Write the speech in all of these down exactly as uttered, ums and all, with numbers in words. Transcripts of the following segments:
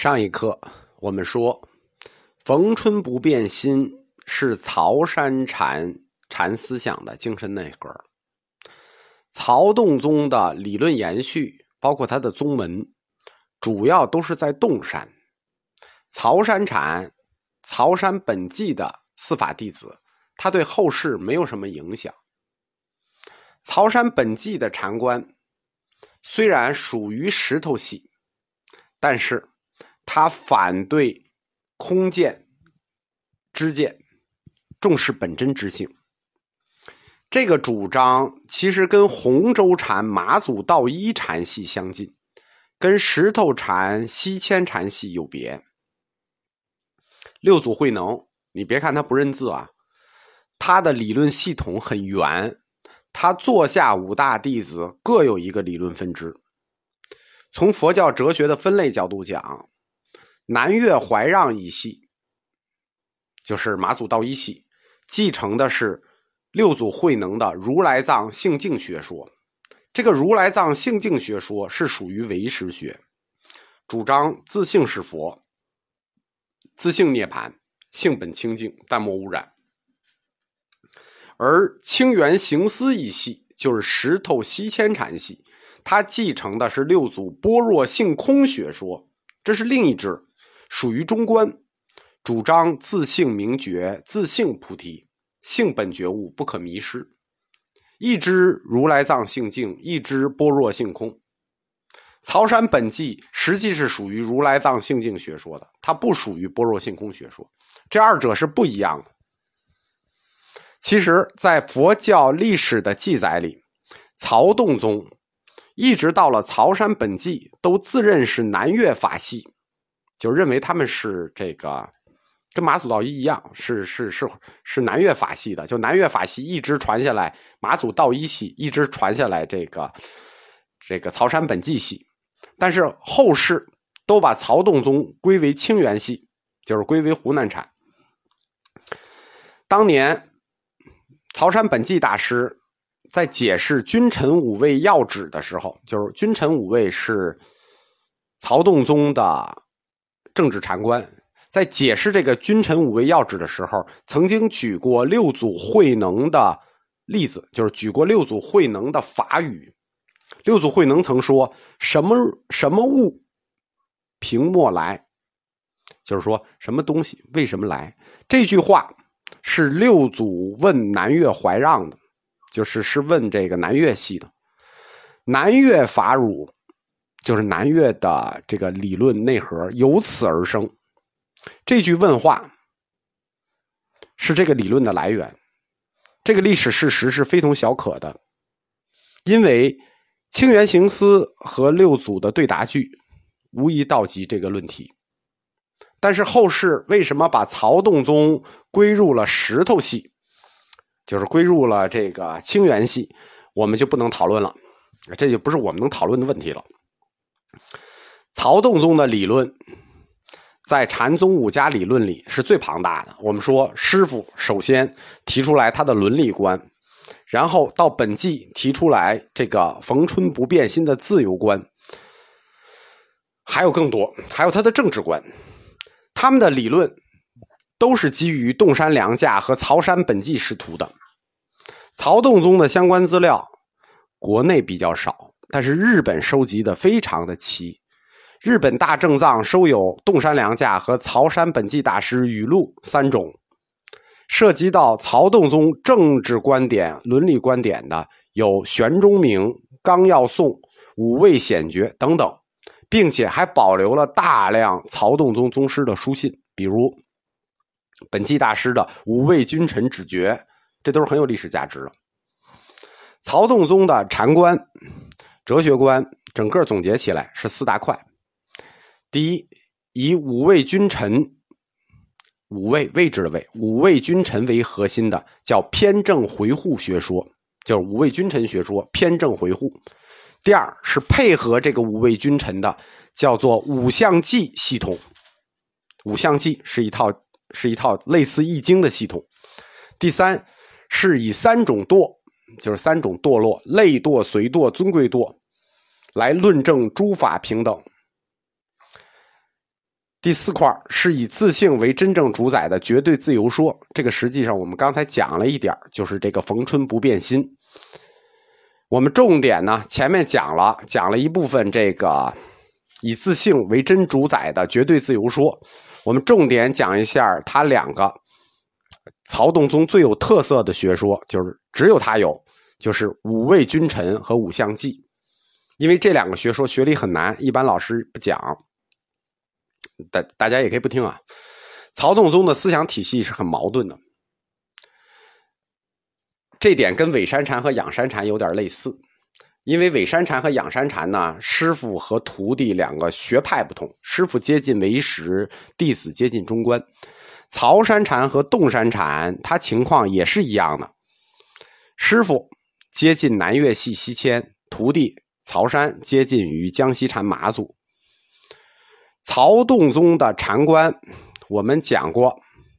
上一课我们说，逢春不变心是曹山禅禅思想的精神内核。曹洞宗的理论延续，包括他的宗门，主要都是在洞山。曹山禅、曹山本纪的四法弟子，他对后世没有什么影响。曹山本纪的禅观虽然属于石头系，但是他反对空见、知见，重视本真之性。这个主张其实跟洪州禅、马祖道一禅系相近，跟石头禅、西迁禅系有别。六祖慧能，你别看他不认字啊，他的理论系统很圆，他座下五大弟子各有一个理论分支。从佛教哲学的分类角度讲，南岳怀让一系，就是马祖道一系，继承的是六祖慧能的如来藏性净学说。这个如来藏性净学说是属于唯识学，主张自性是佛，自性涅槃，性本清净，淡漠污染。而清源行思一系，就是石头西迁禅系，它继承的是六祖般若性空学说，这是另一支，属于中观，主张自性明觉，自性菩提，性本觉悟，不可迷失。一支如来藏性净，一支般若性空。曹山本纪实际是属于如来藏性净学说的，它不属于般若性空学说，这二者是不一样的。其实在佛教历史的记载里，曹洞宗一直到了曹山本纪都自认是南岳法系，就认为他们是这个跟马祖道一一样，是是是是南岳法系的，就南岳法系一直传下来，马祖道一系一直传下来，这个这个曹山本纪系。但是后世都把曹洞宗归为清源系，就是归为湖南禅。当年曹山本纪大师在解释君臣五位要旨的时候，就是君臣五位是曹洞宗的政治禅观，在解释这个君臣五位要旨的时候，曾经举过六祖慧能的例子，就是举过六祖慧能的法语。六祖慧能曾说，什么什么物凭末来，就是说什么东西为什么来。这句话是六祖问南岳怀让的，就是是问这个南岳系的。南岳法儒就是南岳的这个理论内核由此而生。这句问话是这个理论的来源，这个历史事实是非同小可的。因为清源行思和六祖的对答句无疑道及这个论题，但是后世为什么把曹洞宗归入了石头系，就是归入了这个清源系，我们就不能讨论了，这就不是我们能讨论的问题了。曹洞宗的理论在禅宗五家理论里是最庞大的。我们说师父首先提出来他的伦理观，然后到本纪提出来这个逢春不变心的自由观，还有更多，还有他的政治观。他们的理论都是基于洞山良价和曹山本纪师徒的。曹洞宗的相关资料国内比较少，但是日本收集的非常的齐。日本大正藏收有洞山良价和曹山本纪大师语录三种，涉及到曹洞宗政治观点、伦理观点的有玄中明、纲要颂、五味显觉等等，并且还保留了大量曹洞宗宗师的书信，比如本纪大师的五味君臣指诀，这都是很有历史价值的。曹洞宗的禅观、哲学观整个总结起来是四大块。第一，以五味君臣，五味位置的位，五味君臣为核心的叫偏正回护学说，就是五味君臣学说，偏正回护。第二是配合这个五味君臣的，叫做五象记系统。五象记是一套是一套类似易经的系统。第三是以三种堕，就是三种堕落，类堕、随堕、尊贵堕，来论证诸法平等。 第四块是以自性为真正主宰的绝对自由说，这个实际上我们刚才讲了一点，就是这个逢春不变心。我们重点呢，前面讲了讲了一部分这个以自性为真主宰的绝对自由说，我们重点讲一下他两个曹洞宗最有特色的学说，就是只有他有，就是五味君臣和五象记。因为这两个学说学理很难，一般老师不讲，大大家也可以不听啊。曹洞宗的思想体系是很矛盾的，这点跟伪山禅和仰山禅有点类似。因为伪山禅和仰山禅呢，师父和徒弟两个学派不同，师父接近唯识，弟子接近中观。曹山禅和洞山禅它情况也是一样的，师父接近南岳系西迁，徒弟曹山接近于江西禅马祖。曹洞宗的禅观我们讲过，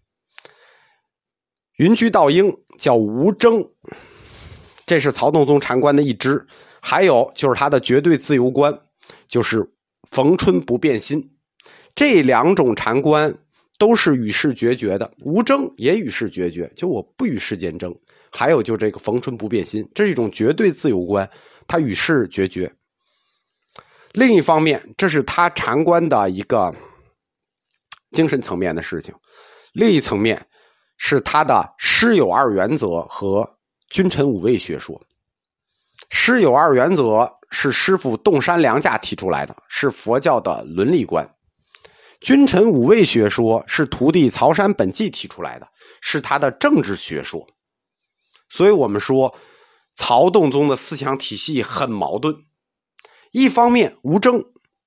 云居道应叫无争，这是曹洞宗禅观的一支。还有就是他的绝对自由观，就是逢春不变心。这两种禅观都是与世决绝的，无争也与世决绝，就我不与世间争。还有就这个逢春不变心，这是一种绝对自由观，它与世决绝。另一方面，这是他禅观的一个精神层面的事情。另一层面是他的师有二原则和君臣五味学说。师有二原则是师父洞山良价提出来的，是佛教的伦理观。君臣五味学说是徒弟曹山本纪提出来的，是他的政治学说。所以我们说曹洞宗的思想体系很矛盾，一方面无争，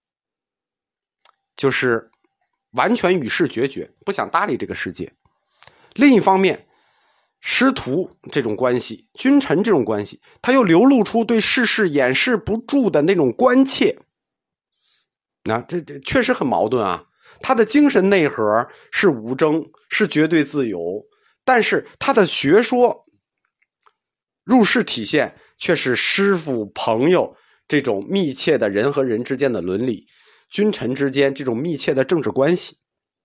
就是完全与世决绝，不想搭理这个世界；另一方面师徒这种关系，君臣这种关系，他又流露出对世事掩饰不住的那种关切。那这这确实很矛盾啊！他的精神内核是无争，是绝对自由，但是他的学说入世体现却是师父朋友这种密切的人和人之间的伦理，君臣之间这种密切的政治关系。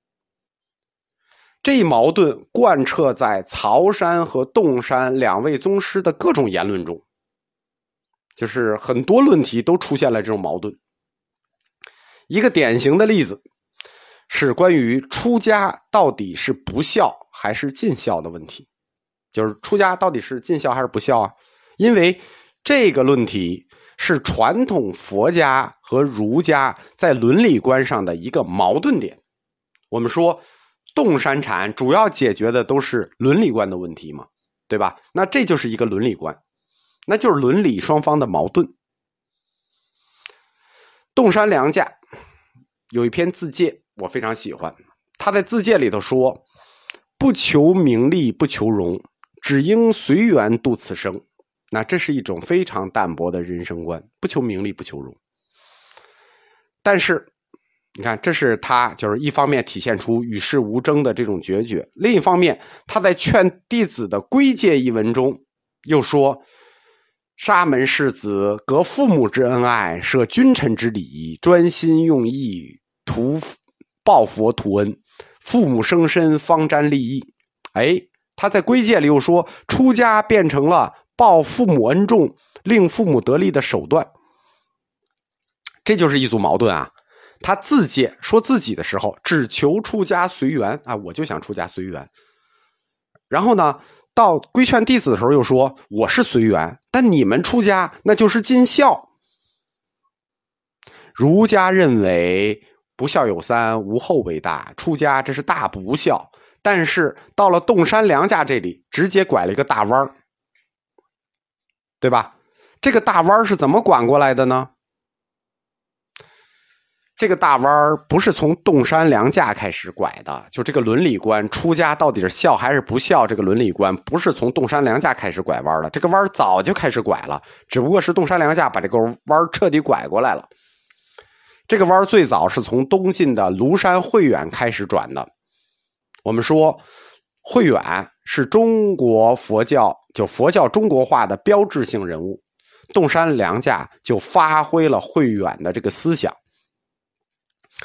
这一矛盾贯彻在曹山和洞山两位宗师的各种言论中，就是很多论题都出现了这种矛盾。一个典型的例子是关于出家到底是不孝还是尽孝的问题，就是出家到底是尽孝还是不孝啊？因为这个论题是传统佛家和儒家在伦理观上的一个矛盾点。我们说洞山禅主要解决的都是伦理观的问题嘛，对吧？那这就是一个伦理观，那就是伦理双方的矛盾。洞山良价有一篇自戒我非常喜欢，他在自戒里头说，不求名利不求荣，只应随缘度此生。那这是一种非常淡薄的人生观，不求名利不求荣。但是你看，这是他就是一方面体现出与世无争的这种决绝，另一方面他在劝弟子的归戒一文中又说，沙门世子革父母之恩爱，舍君臣之礼，专心用意图报佛图恩，父母生身方沾利益。哎，他在归戒里又说，出家变成了报父母恩重，令父母得利的手段。这就是一组矛盾啊！他自戒说自己的时候只求出家随缘啊，我就想出家随缘。然后呢，到规劝弟子的时候又说，我是随缘，但你们出家那就是尽孝。儒家认为不孝有三，无后为大，出家这是大不孝。但是到了洞山良价这里，直接拐了一个大弯，对吧？这个大弯是怎么拐过来的呢？这个大弯不是从洞山良价开始拐的，就这个伦理观，出家到底是孝还是不孝，这个伦理观不是从洞山良价开始拐弯的，这个弯早就开始拐了，只不过是洞山良价把这个弯彻底拐过来了。这个弯最早是从东晋的庐山慧远开始转的。我们说慧远是中国佛教就佛教中国化的标志性人物，洞山良价就发挥了慧远的这个思想。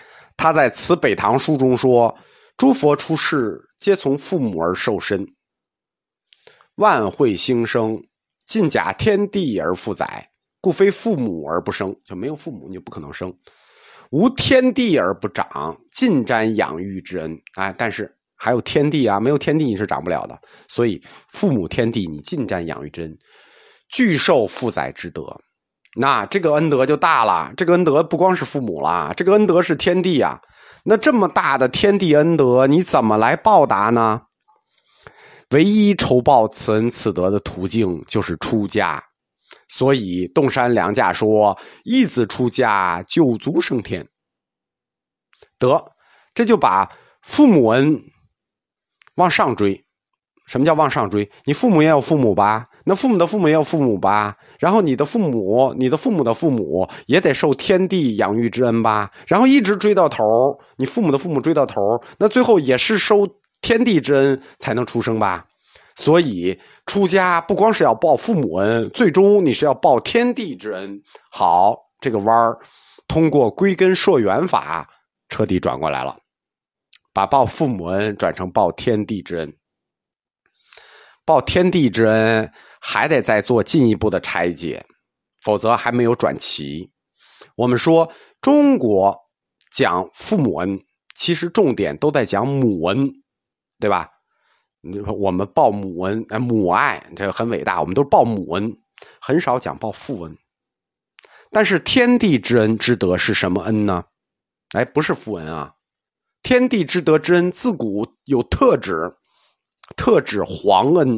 他在《辞北唐书》中说：“诸佛出世，皆从父母而受身。万会兴生，尽假天地而复载，故非父母而不生。”就没有父母，你就不可能生。无天地而不长，尽沾养育之恩。哎，但是还有天地啊，没有天地你是长不了的。所以父母天地，你尽沾养育之恩，俱受父载之德。那这个恩德就大了，这个恩德不光是父母啦，这个恩德是天地啊。那这么大的天地恩德，你怎么来报答呢？唯一酬报此恩此德的途径就是出家。所以洞山良价说：“一子出家，九族升天。”得，这就把父母恩往上追。什么叫往上追？你父母也有父母吧，那父母的父母也有父母吧，然后你的父母你的父母的父母也得受天地养育之恩吧，然后一直追到头，你父母的父母追到头，那最后也是受天地之恩才能出生吧。所以出家不光是要报父母恩，最终你是要报天地之恩。好，这个弯儿通过归根溯源法彻底转过来了，把报父母恩转成报天地之恩。报天地之恩还得再做进一步的拆解，否则还没有转齐。我们说中国讲父母恩，其实重点都在讲母恩，对吧？我们报母恩，母爱这个很伟大，我们都是报母恩，很少讲报父恩。但是天地之恩之德是什么恩呢？哎，不是父恩啊。天地之德之恩自古有特指，特指皇恩。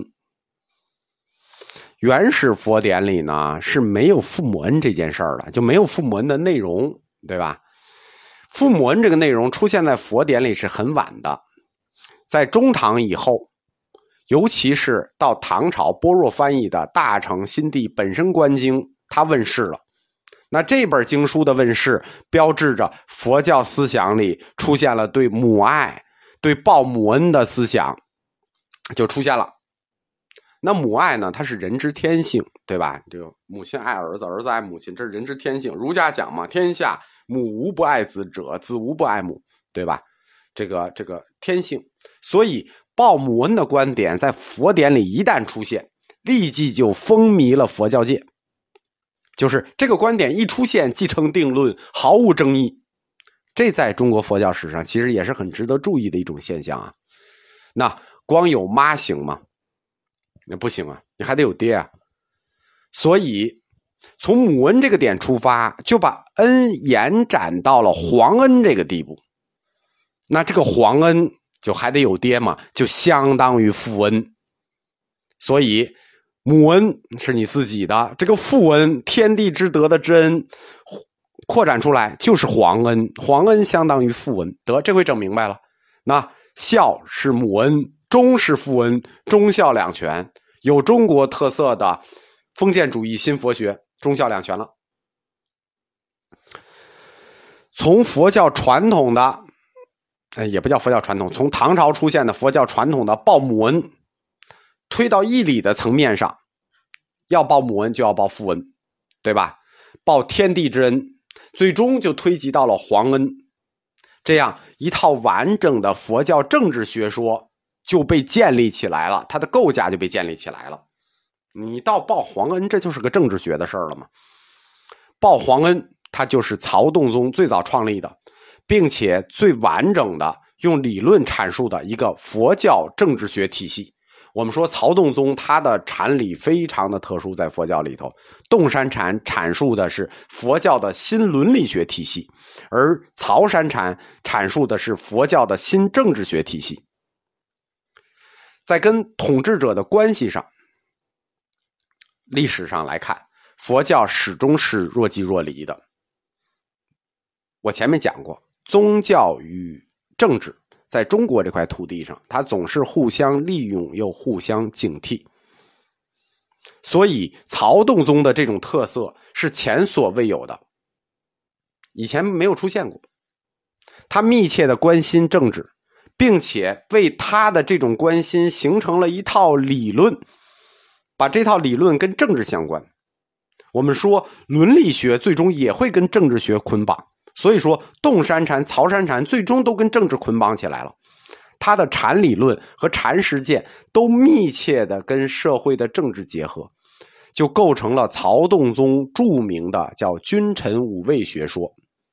原始佛典里呢是没有父母恩这件事儿的，就没有父母恩的内容，对吧？父母恩这个内容出现在佛典里是很晚的，在中唐以后，尤其是到唐朝般若翻译的《大乘心地本生观经》，它问世了。那这本经书的问世，标志着佛教思想里出现了对母爱、对报母恩的思想，就出现了。那母爱呢，它是人之天性，对吧？就母亲爱儿子，儿子爱母亲，这是人之天性。儒家讲嘛，天下母无不爱子者，子无不爱母，对吧？这个这个天性。所以报母恩的观点在佛典里一旦出现，立即就风靡了佛教界。就是这个观点一出现，即成定论，毫无争议。这在中国佛教史上其实也是很值得注意的一种现象啊。那光有妈行吗？那不行啊，你还得有爹啊。所以从母恩这个点出发，就把恩延展到了皇恩这个地步。那这个皇恩就还得有爹嘛，就相当于父恩。所以母恩是你自己的，这个父恩，天地之德的之恩扩展出来就是皇恩，皇恩相当于父恩。得，这回整明白了。那孝是母恩，忠是父恩，忠孝两全，有中国特色的封建主义新佛学，忠孝两全了。从佛教传统的也不叫佛教传统，从唐朝出现的佛教传统的报母恩推到义理的层面上，要报母恩就要报父恩，对吧？报天地之恩，最终就推及到了皇恩。这样一套完整的佛教政治学说就被建立起来了，它的构架就被建立起来了。你到报皇恩，这就是个政治学的事儿了嘛。报皇恩它就是曹洞宗最早创立的，并且最完整的用理论阐述的一个佛教政治学体系。我们说曹洞宗它的禅理非常的特殊，在佛教里头，洞山禅阐述的是佛教的新伦理学体系，而曹山禅阐述的是佛教的新政治学体系。在跟统治者的关系上，历史上来看，佛教始终是若即若离的。我前面讲过，宗教与政治在中国这块土地上，它总是互相利用又互相警惕。所以曹洞宗的这种特色是前所未有的，以前没有出现过。他密切的关心政治，并且为他的这种关心形成了一套理论，把这套理论跟政治相关。我们说伦理学最终也会跟政治学捆绑， 所以说洞山禅、曹山禅最终都跟政治捆绑起来了，他的禅理论和禅实践都密切的跟社会的政治结合，就构成了曹洞宗著名的叫君臣五位学说。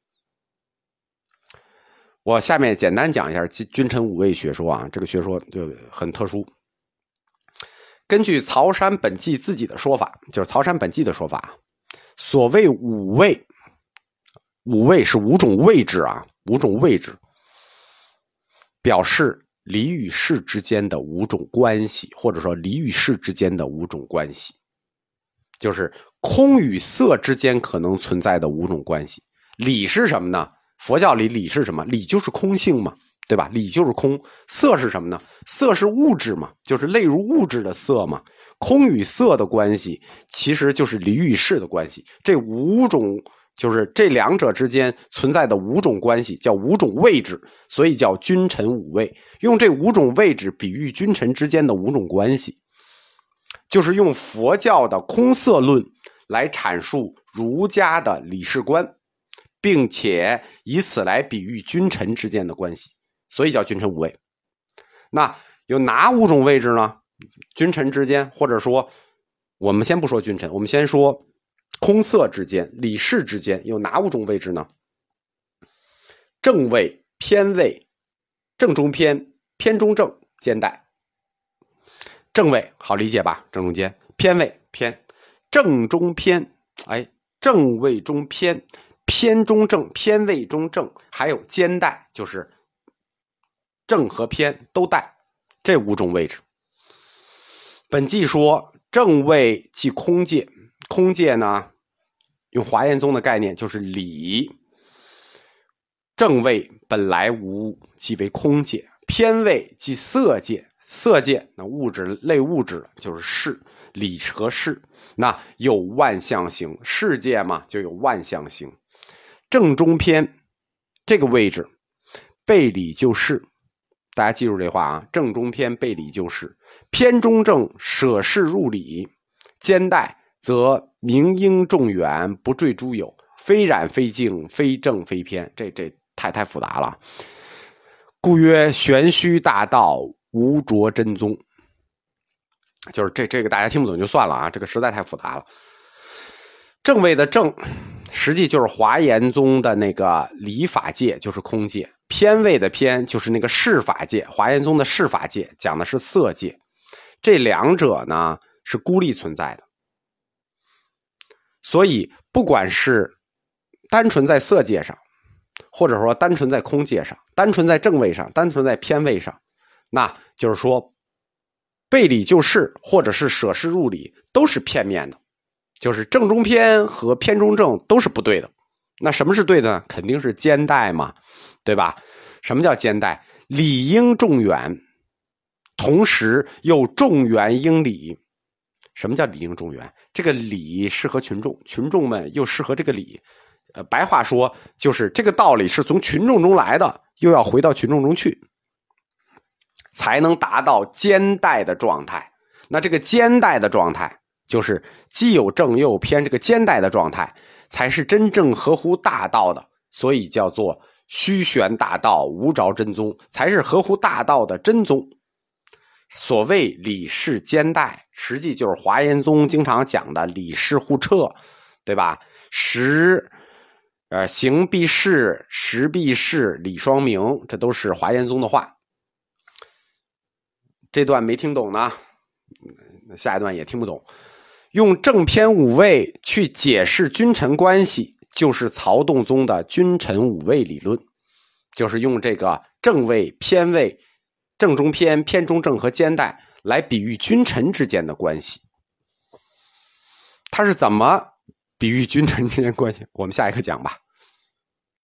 我下面简单讲一下君臣五位学说啊，这个学说就很特殊。根据曹山本纪自己的说法，就是曹山本纪的说法，所谓五位，五位是五种位置啊，五种位置表示理与事之间的五种关系，或者说理与事之间的五种关系，就是空与色之间可能存在的五种关系。理是什么呢？佛教里理是什么？理就是空性嘛，对吧？理就是空。色是什么呢？色是物质嘛，就是类如物质的色嘛。空与色的关系其实就是理与事的关系。这五种就是这两者之间存在的五种关系，叫五种位置，所以叫君臣五位。用这五种位置比喻君臣之间的五种关系，就是用佛教的空色论来阐述儒家的理事观，并且以此来比喻君臣之间的关系，所以叫君臣五位。那有哪五种位置呢？君臣之间，或者说我们先不说君臣，我们先说空色之间、理事之间有哪五种位置呢？正位、偏位、正中偏、偏中正、兼代。正位好理解吧？正中间。偏位偏，正中偏，哎，正位中偏，偏中正，偏位中正，还有兼代，就是正和偏都带，这五种位置。本纪说正位即空界，空界呢用华严宗的概念就是理，正位本来无物，即为空界；偏位即色界，色界那物质类物质就是事，理和事，那有万象形，世界嘛就有万象形。正中偏这个位置背理就事，大家记住这话啊，正中偏背理就事，偏中正舍事入理，兼代则明应众远，不坠诸有，非染非净，非正非偏，这这太太复杂了。故曰玄虚大道，无着真宗。就是这这个大家听不懂就算了啊，这个实在太复杂了。正位的正实际就是华严宗的那个理法界，就是空界；偏位的偏就是那个事法界，华严宗的事法界讲的是色界。这两者呢是孤立存在的，所以不管是单纯在色界上，或者说单纯在空界上，单纯在正位上，单纯在偏位上，那就是说背理就事或者是舍事入理都是片面的，就是正中偏和偏中正都是不对的。那什么是对的呢？肯定是兼代嘛，对吧？什么叫兼代？理应众远，同时又众远应理。什么叫理应众远？这个理适合群众，群众们又适合这个理。呃，白话说就是这个道理是从群众中来的，又要回到群众中去，才能达到兼代的状态。那这个兼代的状态就是既有正又有偏，这个兼代的状态才是真正合乎大道的，所以叫做虚玄大道，无着真宗，才是合乎大道的真宗。所谓理事兼代，实际就是华严宗经常讲的理事互彻，对吧？实呃行必事，实必事，理双明，这都是华严宗的话。这段没听懂呢，下一段也听不懂。用正偏五位去解释君臣关系，就是曹洞宗的君臣五位理论，就是用这个正位、偏位、正中偏、偏中正和兼代来比喻君臣之间的关系。他是怎么比喻君臣之间关系？我们下一课讲吧。